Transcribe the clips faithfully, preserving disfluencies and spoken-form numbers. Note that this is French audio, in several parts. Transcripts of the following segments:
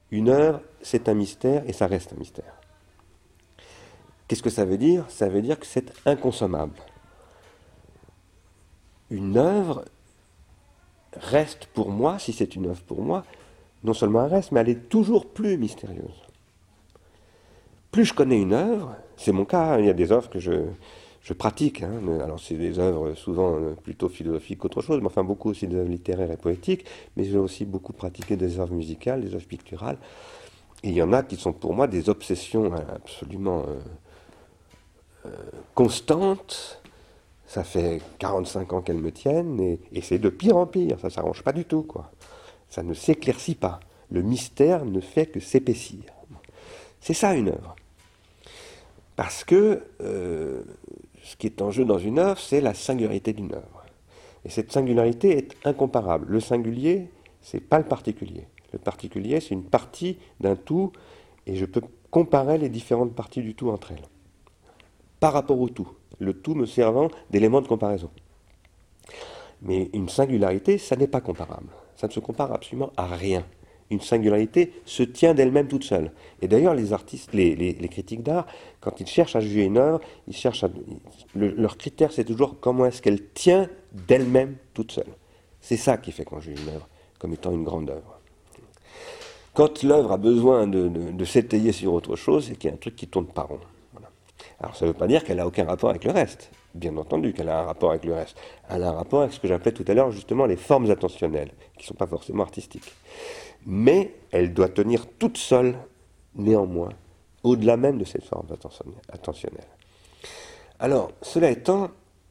Une œuvre, c'est un mystère et ça reste un mystère. Qu'est-ce que ça veut dire? Ça veut dire que c'est inconsommable. Une œuvre reste pour moi, si c'est une œuvre pour moi, non seulement elle reste, mais elle est toujours plus mystérieuse. Plus je connais une œuvre, c'est mon cas, hein, il y a des œuvres que je, je pratique, hein, alors c'est des œuvres souvent plutôt philosophiques qu'autre chose, mais enfin beaucoup aussi des œuvres littéraires et poétiques, mais j'ai aussi beaucoup pratiqué des œuvres musicales, des œuvres picturales, et il y en a qui sont pour moi des obsessions absolument euh, euh, constantes. Ça fait quarante-cinq ans qu'elles me tiennent, et, et c'est de pire en pire, ça ne s'arrange pas du tout, quoi. Ça ne s'éclaircit pas. Le mystère ne fait que s'épaissir. C'est ça une œuvre. Parce que euh, ce qui est en jeu dans une œuvre, c'est la singularité d'une œuvre. Et cette singularité est incomparable. Le singulier, c'est pas le particulier. Le particulier, c'est une partie d'un tout, et je peux comparer les différentes parties du tout entre elles. Par rapport au tout. Le tout me servant d'élément de comparaison. Mais une singularité, ça n'est pas comparable. Ça ne se compare absolument à rien. Une singularité se tient d'elle-même toute seule. Et d'ailleurs, les artistes, les, les, les critiques d'art, quand ils cherchent à juger une œuvre, ils cherchent à, le, leur critère, c'est toujours comment est-ce qu'elle tient d'elle-même toute seule. C'est ça qui fait qu'on juge une œuvre comme étant une grande œuvre. Quand l'œuvre a besoin de, de, de s'étayer sur autre chose, c'est qu'il y a un truc qui tourne pas rond. Voilà. Alors ça ne veut pas dire qu'elle n'a aucun rapport avec le reste. Bien entendu qu'elle a un rapport avec le reste. Elle a un rapport avec ce que j'appelais tout à l'heure justement les formes attentionnelles, qui ne sont pas forcément artistiques. Mais elle doit tenir toute seule, néanmoins, au-delà même de cette forme attentionnelle. Alors, cela étant,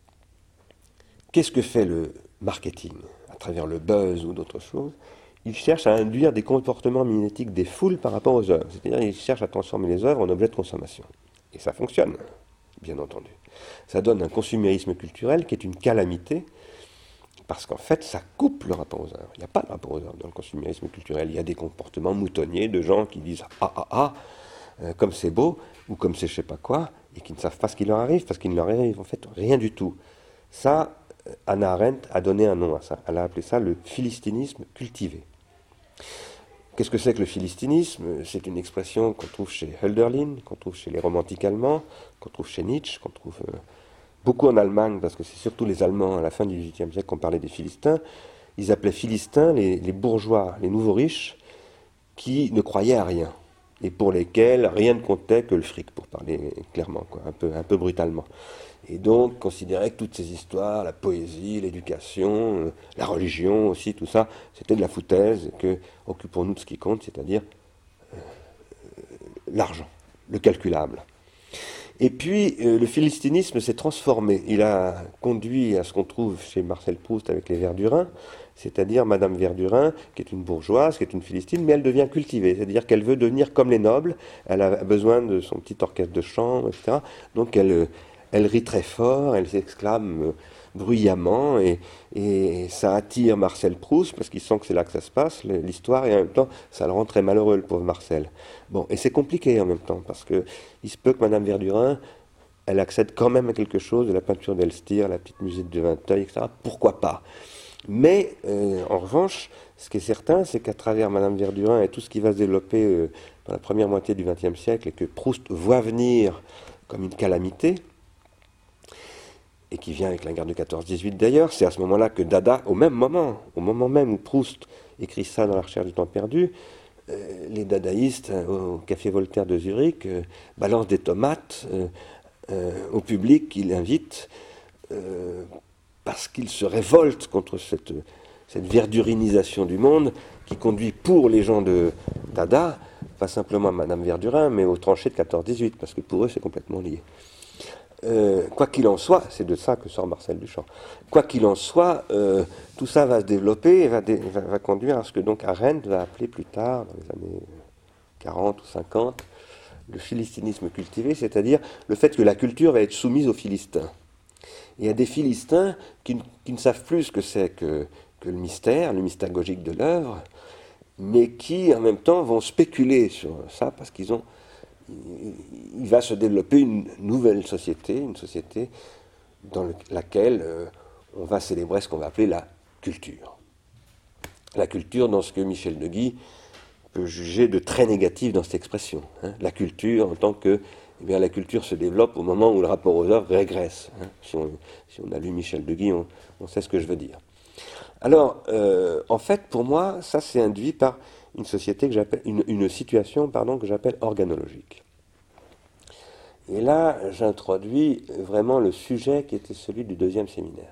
qu'est-ce que fait le marketing à travers le buzz ou d'autres choses? Il cherche à induire des comportements mimétiques des foules par rapport aux œuvres. C'est-à-dire qu'il cherche à transformer les œuvres en objets de consommation. Et ça fonctionne, bien entendu. Ça donne un consumérisme culturel qui est une calamité, parce qu'en fait, ça coupe le rapport aux œuvres. Il n'y a pas de rapport aux œuvres dans le consumérisme culturel. Il y a des comportements moutonniers de gens qui disent « Ah, ah, ah euh, comme c'est beau » ou « comme c'est je sais pas quoi », et qui ne savent pas ce qui leur arrive, parce qu'il ne leur arrive en fait rien du tout. Ça, Hannah Arendt a donné un nom à ça. Elle a appelé ça le philistinisme cultivé. Qu'est-ce que c'est que le philistinisme? C'est une expression qu'on trouve chez Hölderlin, qu'on trouve chez les romantiques allemands, qu'on trouve chez Nietzsche, qu'on trouve euh, beaucoup en Allemagne, parce que c'est surtout les Allemands à la fin du dix-huitième siècle qu'on parlait des Philistins. Ils appelaient Philistins les, les bourgeois, les nouveaux riches, qui ne croyaient à rien, et pour lesquels rien ne comptait que le fric, pour parler clairement, quoi, un peu, un peu brutalement. Et donc considéraient que toutes ces histoires, la poésie, l'éducation, la religion aussi, tout ça, c'était de la foutaise, et que occupons-nous de ce qui compte, c'est-à-dire euh, l'argent, le calculable. Et puis, euh, le philistinisme s'est transformé. Il a conduit à ce qu'on trouve chez Marcel Proust avec les Verdurin, c'est-à-dire Madame Verdurin, qui est une bourgeoise, qui est une philistine, mais elle devient cultivée, c'est-à-dire qu'elle veut devenir comme les nobles, elle a besoin de son petit orchestre de chambre, et cetera. Donc elle, elle rit très fort, elle s'exclame bruyamment, et, et ça attire Marcel Proust, parce qu'il sent que c'est là que ça se passe, l'histoire, et en même temps, ça le rend très malheureux, le pauvre Marcel. Bon, et c'est compliqué en même temps, parce que il se peut que Madame Verdurin, elle accède quand même à quelque chose de la peinture d'Elstire, la petite musique de Vinteuil, et cetera. Pourquoi pas? Mais, euh, en revanche, ce qui est certain, c'est qu'à travers Madame Verdurin et tout ce qui va se développer euh, dans la première moitié du vingtième siècle, et que Proust voit venir comme une calamité, et qui vient avec la guerre de quatorze dix-huit d'ailleurs, c'est à ce moment-là que Dada, au même moment, au moment même où Proust écrit ça dans La recherche du temps perdu, euh, les dadaïstes euh, au Café Voltaire de Zurich euh, balancent des tomates euh, euh, au public qu'ils invitent euh, parce qu'ils se révoltent contre cette, cette verdurinisation du monde qui conduit pour les gens de Dada, pas simplement à Madame Verdurin, mais aux tranchées de quatorze dix-huit, parce que pour eux c'est complètement lié. Euh, quoi qu'il en soit, c'est de ça que sort Marcel Duchamp. Quoi qu'il en soit, euh, tout ça va se développer et va, dé, va, va conduire à ce que donc Arendt va appeler plus tard, dans les années quarante ou cinquante, le philistinisme cultivé, c'est-à-dire le fait que la culture va être soumise aux Philistins. Et il y a des Philistins qui, qui ne savent plus ce que c'est que, que le mystère, le mystagogique de l'œuvre, mais qui en même temps vont spéculer sur ça parce qu'ils ont il va se développer une nouvelle société, une société dans laquelle euh, on va célébrer ce qu'on va appeler la culture. La culture dans ce que Michel Deguy, peut juger de très négatif dans cette expression. Hein. La culture, en tant que, eh bien, la culture se développe au moment où le rapport aux œuvres régresse. Hein. Si, on, si on a lu Michel de Guy, on, on sait ce que je veux dire. Alors, euh, en fait, pour moi, ça s'est induit par une société que j'appelle, une, une situation, pardon, que j'appelle organologique. Et là, j'introduis vraiment le sujet qui était celui du deuxième séminaire.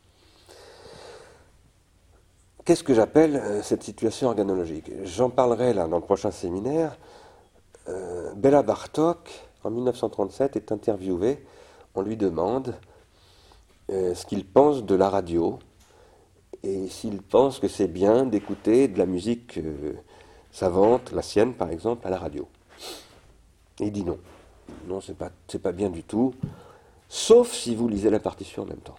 Qu'est-ce que j'appelle euh, cette situation organologique? J'en parlerai là dans le prochain séminaire. Euh, Béla Bartók, en mille neuf cent trente-sept, est interviewé. On lui demande euh, ce qu'il pense de la radio et s'il pense que c'est bien d'écouter de la musique euh, savante, la sienne par exemple, à la radio. Et il dit non. Non, c'est pas, c'est pas bien du tout, sauf si vous lisez la partition en même temps.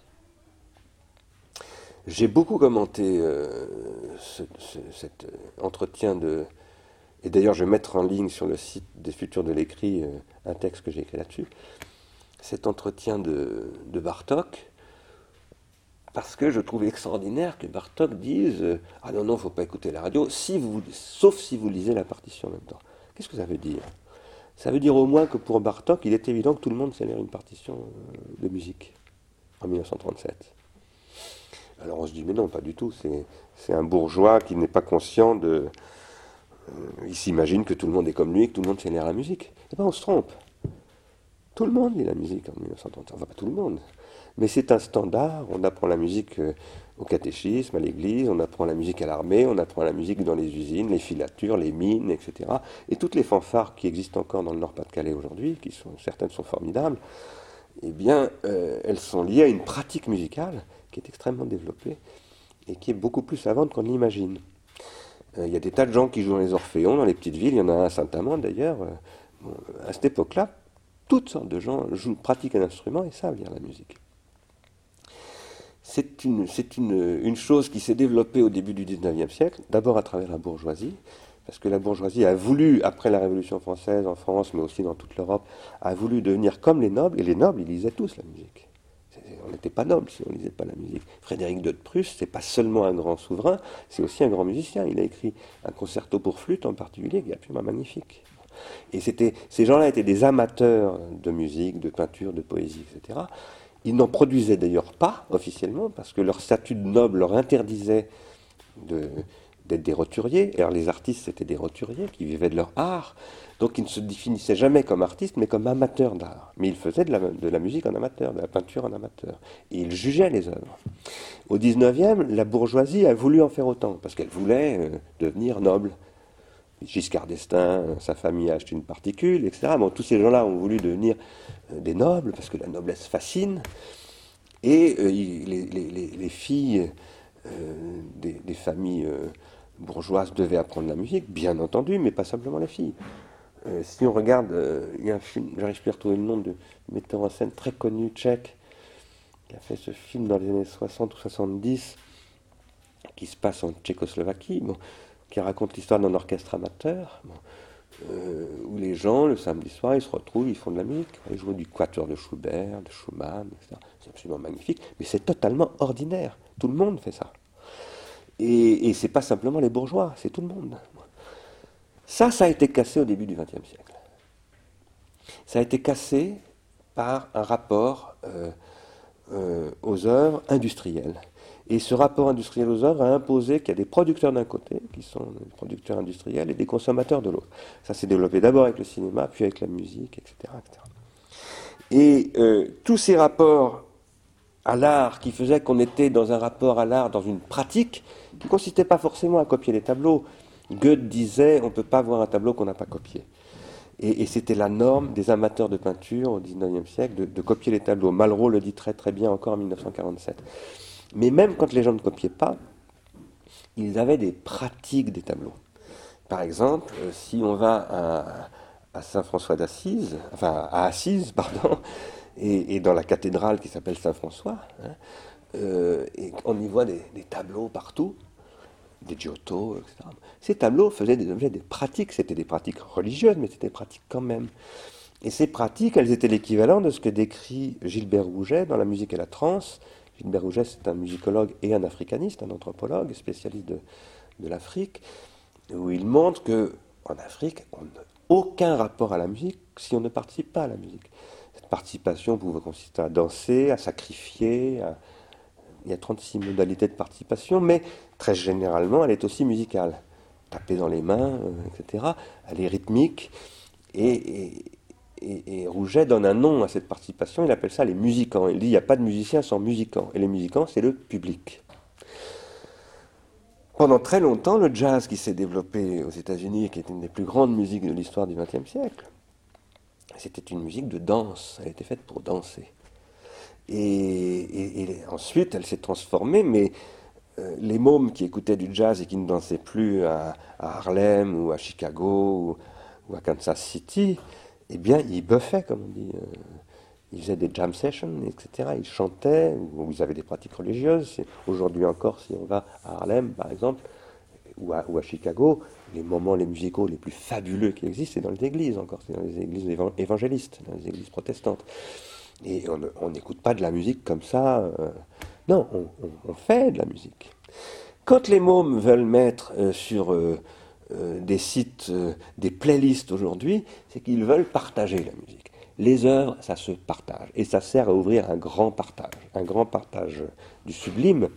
J'ai beaucoup commenté euh, ce, ce, cet entretien de... Et d'ailleurs, je vais mettre en ligne sur le site des Futurs de l'écrit euh, un texte que j'ai écrit là-dessus. Cet entretien de, de Bartók, parce que je trouve extraordinaire que Bartók dise euh, « Ah non, non, il ne faut pas écouter la radio, si vous, sauf si vous lisez la partition en même temps. » Qu'est-ce que ça veut dire? Ça veut dire au moins que pour Bartók, il est évident que tout le monde sait lire une partition euh, de musique en mille neuf cent trente-sept. Alors on se dit, mais non, pas du tout, c'est, c'est un bourgeois qui n'est pas conscient de... Euh, il s'imagine que tout le monde est comme lui et que tout le monde sait lire la musique. Et bien on se trompe. Tout le monde lit la musique en mille neuf cent trente, enfin pas tout le monde. Mais c'est un standard, on apprend la musique euh, au catéchisme, à l'église, on apprend la musique à l'armée, on apprend la musique dans les usines, les filatures, les mines, et cetera. Et toutes les fanfares qui existent encore dans le Nord-Pas-de-Calais aujourd'hui, qui sont, certaines sont formidables, eh bien, euh, elles sont liées à une pratique musicale qui est extrêmement développée et qui est beaucoup plus savante qu'on l'imagine. Euh, il y a des tas de gens qui jouent dans les orphéons, dans les petites villes, il y en a un à Saint-Amand d'ailleurs. Euh, bon, à cette époque-là, toutes sortes de gens jouent, pratiquent un instrument et savent lire la musique. C'est une, c'est une, une chose qui s'est développée au début du dix-neuvième siècle, d'abord à travers la bourgeoisie, parce que la bourgeoisie a voulu, après la Révolution française en France, mais aussi dans toute l'Europe, a voulu devenir comme les nobles, et les nobles, ils lisaient tous la musique. On n'était pas noble si on ne lisait pas la musique. Frédéric deux de Prusse, c'est pas seulement un grand souverain, c'est aussi un grand musicien. Il a écrit un concerto pour flûte en particulier, qui est absolument magnifique. Et c'était, ces gens-là étaient des amateurs de musique, de peinture, de poésie, et cetera. Ils n'en produisaient d'ailleurs pas officiellement, parce que leur statut de noble leur interdisait de, d'être des roturiers. Alors les artistes, c'était des roturiers qui vivaient de leur art. Donc ils ne se définissaient jamais comme artistes, mais comme amateurs d'art. Mais ils faisaient de la, de la musique en amateur, de la peinture en amateur. Et ils jugeaient les œuvres. Au dix-neuvième, la bourgeoisie a voulu en faire autant, parce qu'elle voulait euh, devenir noble. Giscard d'Estaing, sa famille a acheté une particule, et cetera. Bon, tous ces gens-là ont voulu devenir euh, des nobles, parce que la noblesse fascine. Et euh, il, les, les, les, filles euh, des, des familles euh, bourgeoises devaient apprendre la musique, bien entendu, mais pas simplement les filles. Euh, si on regarde, euh, il y a un film, j'arrive plus à retrouver le nom de metteur en scène très connu, tchèque, qui a fait ce film dans les années soixante ou soixante-dix, qui se passe en Tchécoslovaquie, bon, qui raconte l'histoire d'un orchestre amateur, bon, euh, où les gens, le samedi soir, ils se retrouvent, ils font de la musique, ils jouent du quatuor de Schubert, de Schumann, et cetera. C'est absolument magnifique, mais c'est totalement ordinaire. Tout le monde fait ça. Et, et c'est pas simplement les bourgeois, c'est tout le monde. Ça, ça a été cassé au début du vingtième siècle. Ça a été cassé par un rapport euh, euh, aux œuvres industrielles. Et ce rapport industriel aux œuvres a imposé qu'il y a des producteurs d'un côté, qui sont des producteurs industriels, et des consommateurs de l'autre. Ça s'est développé d'abord avec le cinéma, puis avec la musique, et cetera, et cetera. Et euh, tous ces rapports à l'art qui faisaient qu'on était dans un rapport à l'art, dans une pratique, qui ne consistait pas forcément à copier les tableaux. Goethe disait, on ne peut pas voir un tableau qu'on n'a pas copié. Et, et c'était la norme des amateurs de peinture au dix-neuvième siècle, de, de copier les tableaux. Malraux le dit très très bien encore en mille neuf cent quarante-sept. Mais même quand les gens ne copiaient pas, ils avaient des pratiques des tableaux. Par exemple, si on va à, à Saint-François d'Assise, enfin à Assise, pardon, et, et dans la cathédrale qui s'appelle Saint-François, hein, euh, et on y voit des, des tableaux partout, des Giotto, et cetera. Ces tableaux faisaient des objets des pratiques, c'était des pratiques religieuses, mais c'était des pratiques quand même. Et ces pratiques, elles étaient l'équivalent de ce que décrit Gilbert Rouget dans La musique et la transe. Gilbert Rouget, c'est un musicologue et un africaniste, un anthropologue, spécialiste de, de l'Afrique. où il montre qu'en Afrique, on n'a aucun rapport à la musique si on ne participe pas à la musique. Cette participation pouvait consister à danser, à sacrifier, à... il y a trente-six modalités de participation, mais très généralement, elle est aussi musicale. Taper dans les mains, euh, et cetera. Elle est rythmique, et, et, et, et Rouget donne un nom à cette participation, il appelle ça les musicants. Il dit il n'y a pas de musiciens sans musicants, et les musicants, c'est le public. Pendant très longtemps, le jazz qui s'est développé aux États-Unis, qui est une des plus grandes musiques de l'histoire du vingtième siècle, c'était une musique de danse, elle était faite pour danser. Et, et, et ensuite, elle s'est transformée, mais euh, les mômes qui écoutaient du jazz et qui ne dansaient plus à, à Harlem ou à Chicago ou, ou à Kansas City, eh bien, ils buffaient, comme on dit. Euh, ils faisaient des jam sessions, et cetera. Ils chantaient, ou, ou ils avaient des pratiques religieuses. Aujourd'hui encore, si on va à Harlem, par exemple, ou à, ou à Chicago, les moments, les musicaux les plus fabuleux qui existent, c'est dans les églises encore, c'est dans les églises évan- évangélistes, dans les églises protestantes. Et on n'écoute pas de la musique comme ça. Euh, non, on, on, on fait de la musique. Quand les mômes veulent mettre euh, sur euh, euh, des sites, euh, des playlists aujourd'hui, c'est qu'ils veulent partager la musique. Les œuvres, ça se partage. Et ça sert à ouvrir un grand partage. Un grand partage du sublime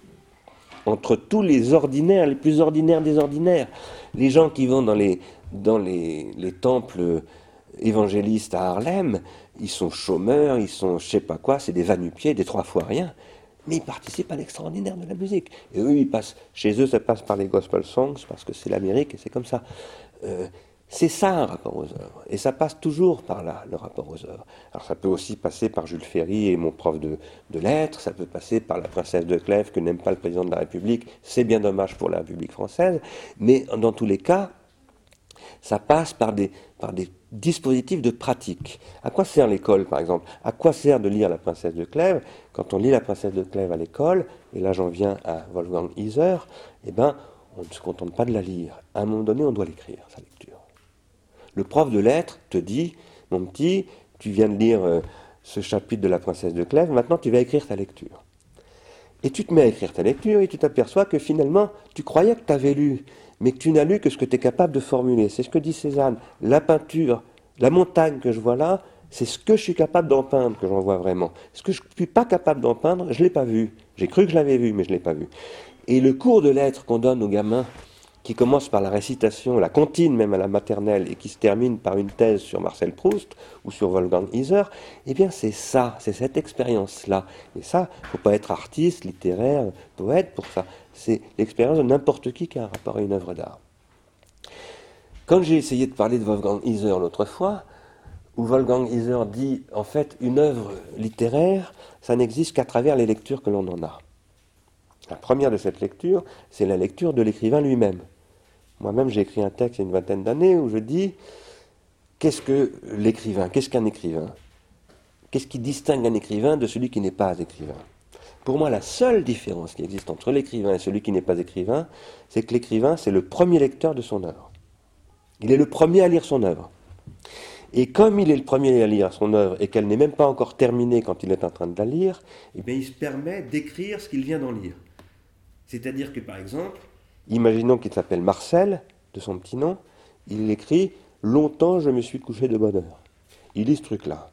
entre tous les ordinaires, les plus ordinaires des ordinaires. Les gens qui vont dans les, dans les, les temples évangélistes à Harlem, ils sont chômeurs, ils sont je sais pas quoi, c'est des va-nu-pieds, des trois fois rien, mais ils participent à l'extraordinaire de la musique. Et eux, ils passent, chez eux, ça passe par les gospel songs, parce que c'est l'Amérique et c'est comme ça. Euh, c'est ça un rapport aux œuvres. Et ça passe toujours par là, le rapport aux œuvres. Alors ça peut aussi passer par Jules Ferry et mon prof de, de lettres, ça peut passer par la princesse de Clèves que n'aime pas le président de la République. C'est bien dommage pour la République française, mais dans tous les cas, ça passe par des, par des dispositifs de pratique. À quoi sert l'école, par exemple? À quoi sert de lire La Princesse de Clèves? Quand on lit La Princesse de Clèves à l'école, et là j'en viens à Wolfgang Iser, eh ben, on ne se contente pas de la lire. À un moment donné, on doit l'écrire, sa lecture. Le prof de lettres te dit, mon petit, tu viens de lire euh, ce chapitre de La Princesse de Clèves, maintenant tu vas écrire ta lecture. Et tu te mets à écrire ta lecture et tu t'aperçois que finalement, tu croyais que tu avais lu, mais que tu n'as lu que ce que tu es capable de formuler. C'est ce que dit Cézanne. La peinture, la montagne que je vois là, c'est ce que je suis capable d'en peindre que j'en vois vraiment. Ce que je ne suis pas capable d'en peindre, je ne l'ai pas vu. J'ai cru que je l'avais vu, mais je ne l'ai pas vu. Et le cours de lettres qu'on donne aux gamins, qui commence par la récitation, la comptine même à la maternelle, et qui se termine par une thèse sur Marcel Proust ou sur Wolfgang Iser, eh bien c'est ça, c'est cette expérience-là. Et ça, il ne faut pas être artiste, littéraire, poète pour ça. C'est l'expérience de n'importe qui qui a un rapport à une œuvre d'art. Quand j'ai essayé de parler de Wolfgang Iser l'autre fois, où Wolfgang Iser dit, en fait, une œuvre littéraire, ça n'existe qu'à travers les lectures que l'on en a. La première de cette lecture, c'est la lecture de l'écrivain lui-même. Moi-même, j'ai écrit un texte il y a une vingtaine d'années où je dis qu'est-ce que l'écrivain, qu'est-ce qu'un écrivain? Qu'est-ce qui distingue un écrivain de celui qui n'est pas écrivain? Pour moi, la seule différence qui existe entre l'écrivain et celui qui n'est pas écrivain, c'est que l'écrivain, c'est le premier lecteur de son œuvre. Il est le premier à lire son œuvre. Et comme il est le premier à lire son œuvre et qu'elle n'est même pas encore terminée quand il est en train de la lire, eh bien, il se permet d'écrire ce qu'il vient d'en lire. C'est-à-dire que, par exemple, imaginons qu'il s'appelle Marcel, de son petit nom, il écrit « Longtemps je me suis couché de bonne heure ». Il lit ce truc-là.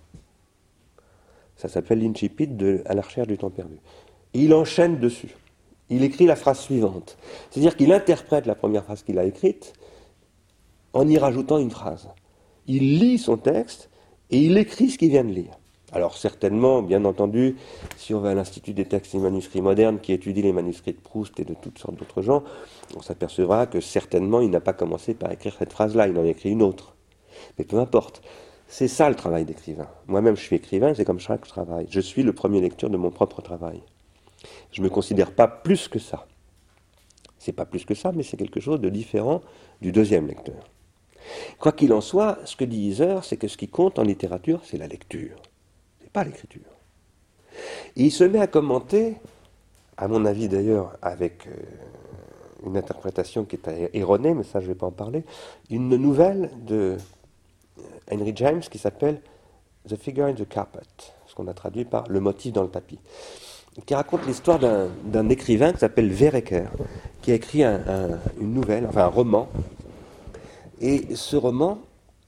Ça s'appelle l'incipit de « À la recherche du temps perdu ». Et il enchaîne dessus. Il écrit la phrase suivante. C'est-à-dire qu'il interprète la première phrase qu'il a écrite en y rajoutant une phrase. Il lit son texte et il écrit ce qu'il vient de lire. Alors certainement, bien entendu, si on va à l'Institut des textes et manuscrits modernes qui étudie les manuscrits de Proust et de toutes sortes d'autres gens, on s'apercevra que certainement il n'a pas commencé par écrire cette phrase-là, il en a écrit une autre. Mais peu importe. C'est ça le travail d'écrivain. Moi-même je suis écrivain, c'est comme chaque travail. Je suis le premier lecteur de mon propre travail. Je ne me considère pas plus que ça. C'est pas plus que ça, mais c'est quelque chose de différent du deuxième lecteur. Quoi qu'il en soit, ce que dit Iser, c'est que ce qui compte en littérature, c'est la lecture. Pas l'écriture. Et il se met à commenter, à mon avis d'ailleurs, avec euh, une interprétation qui est erronée, mais ça je ne vais pas en parler, une nouvelle de Henry James qui s'appelle The Figure in the Carpet, ce qu'on a traduit par Le motif dans le tapis. qui raconte l'histoire d'un, d'un écrivain qui s'appelle Verreker, qui a écrit un, un, une nouvelle, enfin un roman. Et ce roman,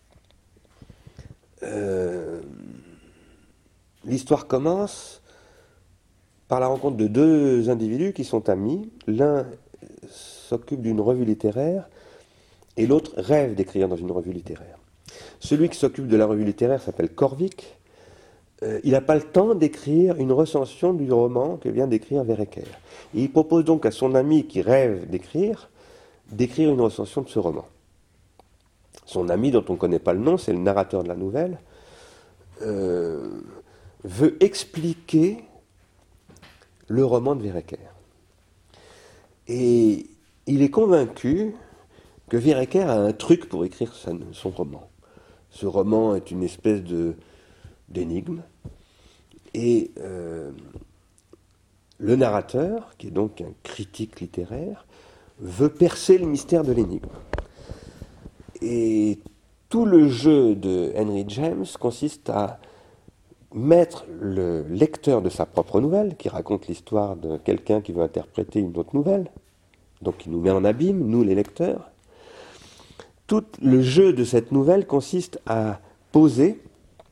euh, l'histoire commence par la rencontre de deux individus qui sont amis. L'un s'occupe d'une revue littéraire et l'autre rêve d'écrire dans une revue littéraire. Celui qui s'occupe de la revue littéraire s'appelle Corvic. Euh, il n'a pas le temps d'écrire une recension du roman que vient d'écrire Verreker. Et il propose donc à son ami qui rêve d'écrire, d'écrire une recension de ce roman. Son ami, dont on ne connaît pas le nom, c'est le narrateur de la nouvelle, euh, veut expliquer le roman de Verreker. Et il est convaincu que Verreker a un truc pour écrire son, son roman. Ce roman est une espèce de, d'énigme. Et euh, le narrateur, qui est donc un critique littéraire, veut percer le mystère de l'énigme. Et tout le jeu de Henry James consiste à mettre le lecteur de sa propre nouvelle, qui raconte l'histoire de quelqu'un qui veut interpréter une autre nouvelle, donc qui nous met en abîme, nous les lecteurs. Tout le jeu de cette nouvelle consiste à poser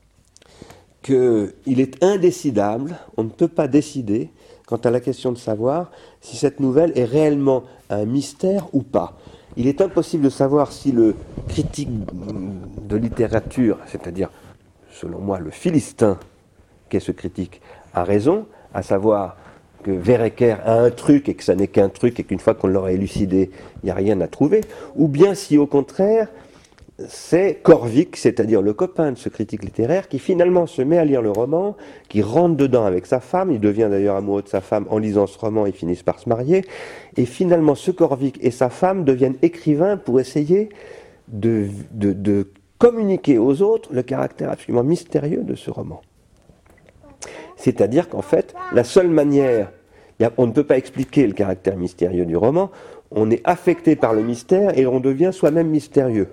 qu'il est indécidable, on ne peut pas décider quant à la question de savoir si cette nouvelle est réellement un mystère ou pas. Il est impossible de savoir si le critique de littérature, c'est-à-dire, selon moi, le Philistin, qu'est ce critique, a raison, à savoir que Verreker a un truc et que ça n'est qu'un truc et qu'une fois qu'on l'aura élucidé, il n'y a rien à trouver, ou bien si au contraire, c'est Corvic, c'est-à-dire le copain de ce critique littéraire, qui finalement se met à lire le roman, qui rentre dedans avec sa femme, il devient d'ailleurs amoureux de sa femme en lisant ce roman, ils finissent par se marier, et finalement ce Corvic et sa femme deviennent écrivains pour essayer de, de, de communiquer aux autres le caractère absolument mystérieux de ce roman. C'est-à-dire qu'en fait, la seule manière, on ne peut pas expliquer le caractère mystérieux du roman, on est affecté par le mystère et on devient soi-même mystérieux.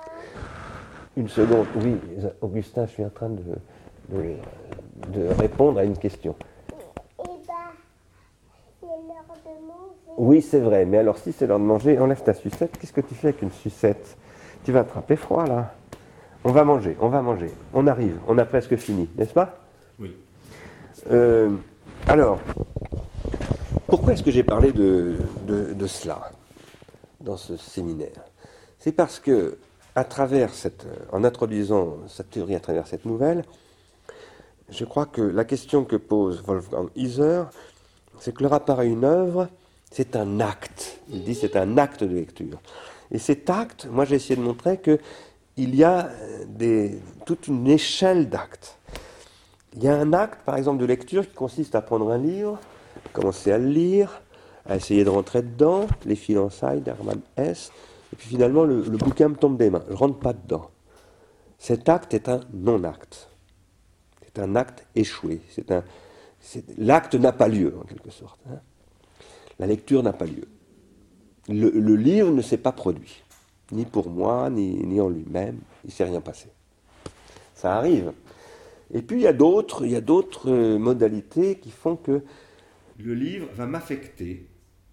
Une seconde, oui, Augustin, je suis en train de, de, de répondre à une question. Eh ben, c'est l'heure de manger. Oui, c'est vrai, mais alors si c'est l'heure de manger, enlève ta sucette. Qu'est-ce que tu fais avec une sucette? Tu vas attraper froid, là. On va manger, on va manger. On arrive, on a presque fini, n'est-ce pas? Oui. Euh, alors, pourquoi est-ce que j'ai parlé de, de, de cela dans ce séminaire? C'est parce que, à travers cette, en introduisant cette théorie à travers cette nouvelle, je crois que la question que pose Wolfgang Iser, c'est que le rapport à une œuvre, c'est un acte. Il dit c'est un acte de lecture. Et cet acte, moi j'ai essayé de montrer qu'il y a des, toute une échelle d'actes. Il y a un acte, par exemple, de lecture qui consiste à prendre un livre, commencer à le lire, à essayer de rentrer dedans, les fiançailles d'Hermann Hesse, et puis finalement le, le bouquin me tombe des mains, je ne rentre pas dedans. Cet acte est un non-acte. C'est un acte échoué. C'est un, c'est, l'acte n'a pas lieu, en quelque sorte. Hein. La lecture n'a pas lieu. Le, le livre ne s'est pas produit, ni pour moi, ni, ni en lui-même, il ne s'est rien passé. Ça arrive. Et puis il y a d'autres, il y a d'autres euh, modalités qui font que le livre va m'affecter.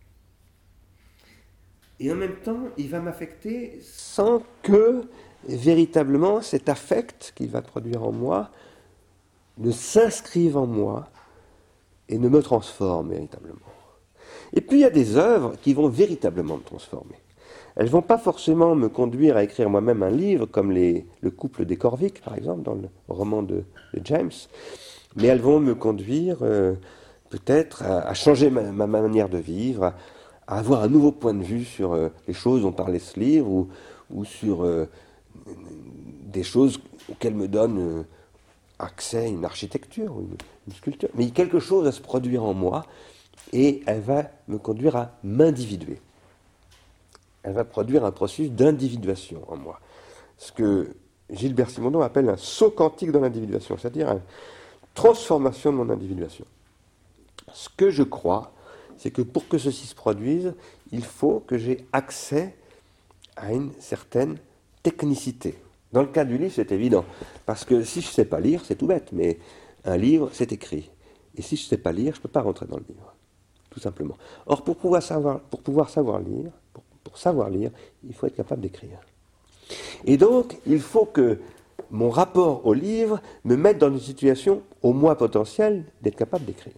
Et en même temps, il va m'affecter sans que, véritablement, cet affect qu'il va produire en moi ne s'inscrive en moi et ne me transforme véritablement. Et puis il y a des œuvres qui vont véritablement me transformer. Elles ne vont pas forcément me conduire à écrire moi-même un livre, comme les, le couple des Corvic, par exemple, dans le roman de, de James, mais elles vont me conduire euh, peut-être à, à changer ma, ma manière de vivre, à, à avoir un nouveau point de vue sur euh, les choses dont parlait ce livre, ou, ou sur euh, des choses auxquelles me donne euh, accès à une architecture, ou une, une sculpture. Mais quelque chose va se produire en moi, et elle va me conduire à m'individuer. Elle va produire un processus d'individuation en moi. Ce que Gilbert Simondon appelle un saut quantique dans l'individuation, c'est-à-dire une transformation de mon individuation. Ce que je crois, c'est que pour que ceci se produise, il faut que j'ai accès à une certaine technicité. Dans le cas du livre, c'est évident, parce que si je ne sais pas lire, c'est tout bête, mais un livre, c'est écrit. Et si je ne sais pas lire, je ne peux pas rentrer dans le livre, tout simplement. Or, pour pouvoir savoir, pour pouvoir savoir lire, pour, pour savoir lire, il faut être capable d'écrire. Et donc, il faut que mon rapport au livre me mette dans une situation, au moins potentielle, d'être capable d'écrire.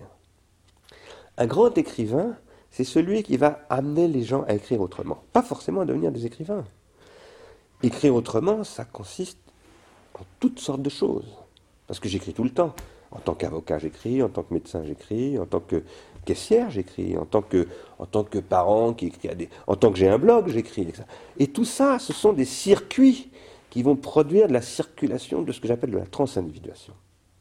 Un grand écrivain, c'est celui qui va amener les gens à écrire autrement. Pas forcément à devenir des écrivains. Écrire autrement, ça consiste en toutes sortes de choses. Parce que j'écris tout le temps. En tant qu'avocat, j'écris. En tant que médecin, j'écris. En tant que caissière, j'écris. En tant que, en tant que parent qui écrit à des... En tant que j'ai un blog, j'écris. Et tout ça, ce sont des circuits qui vont produire de la circulation de ce que j'appelle de la transindividuation.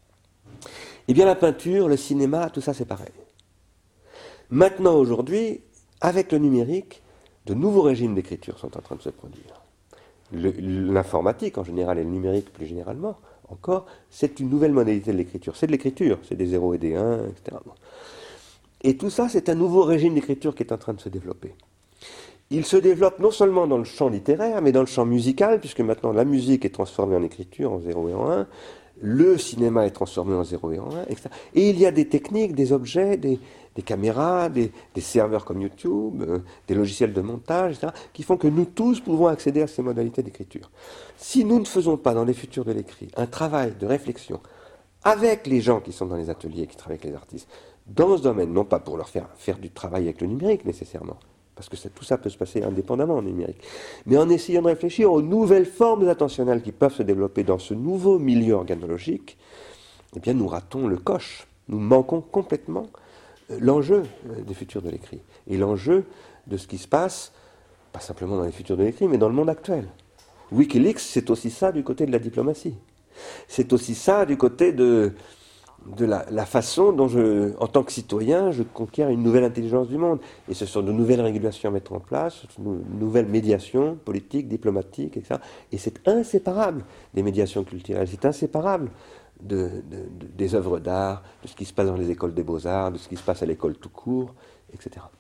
Eh bien, la peinture, le cinéma, tout ça, c'est pareil. Maintenant, aujourd'hui, avec le numérique, de nouveaux régimes d'écriture sont en train de se produire. Le, l'informatique, en général, et le numérique, plus généralement, encore, c'est une nouvelle modalité de l'écriture. C'est de l'écriture, c'est des zéros et des uns, et cetera. Et tout ça, c'est un nouveau régime d'écriture qui est en train de se développer. Il se développe non seulement dans le champ littéraire, mais dans le champ musical, puisque maintenant la musique est transformée en écriture, en zéro et en un, le cinéma est transformé en zéro et en un, et cetera. Et il y a des techniques, des objets, des, des caméras, des, des serveurs comme YouTube, euh, des logiciels de montage, et cetera, qui font que nous tous pouvons accéder à ces modalités d'écriture. Si nous ne faisons pas dans les futurs de l'écrit un travail de réflexion avec les gens qui sont dans les ateliers, qui travaillent avec les artistes, dans ce domaine, non pas pour leur faire faire du travail avec le numérique nécessairement, parce que ça, tout ça peut se passer indépendamment en numérique, mais en essayant de réfléchir aux nouvelles formes attentionnelles qui peuvent se développer dans ce nouveau milieu organologique, eh bien nous ratons le coche, nous manquons complètement l'enjeu des futurs de l'écrit, et l'enjeu de ce qui se passe, pas simplement dans les futurs de l'écrit, mais dans le monde actuel. Wikileaks, c'est aussi ça du côté de la diplomatie. C'est aussi ça du côté de... de la, la façon dont, je, en tant que citoyen, je conquiers une nouvelle intelligence du monde. Et ce sont de nouvelles régulations à mettre en place, de nouvelles médiations politiques, diplomatiques, et cetera. Et c'est inséparable des médiations culturelles, c'est inséparable de, de, de, des œuvres d'art, de ce qui se passe dans les écoles des beaux-arts, de ce qui se passe à l'école tout court, et cetera.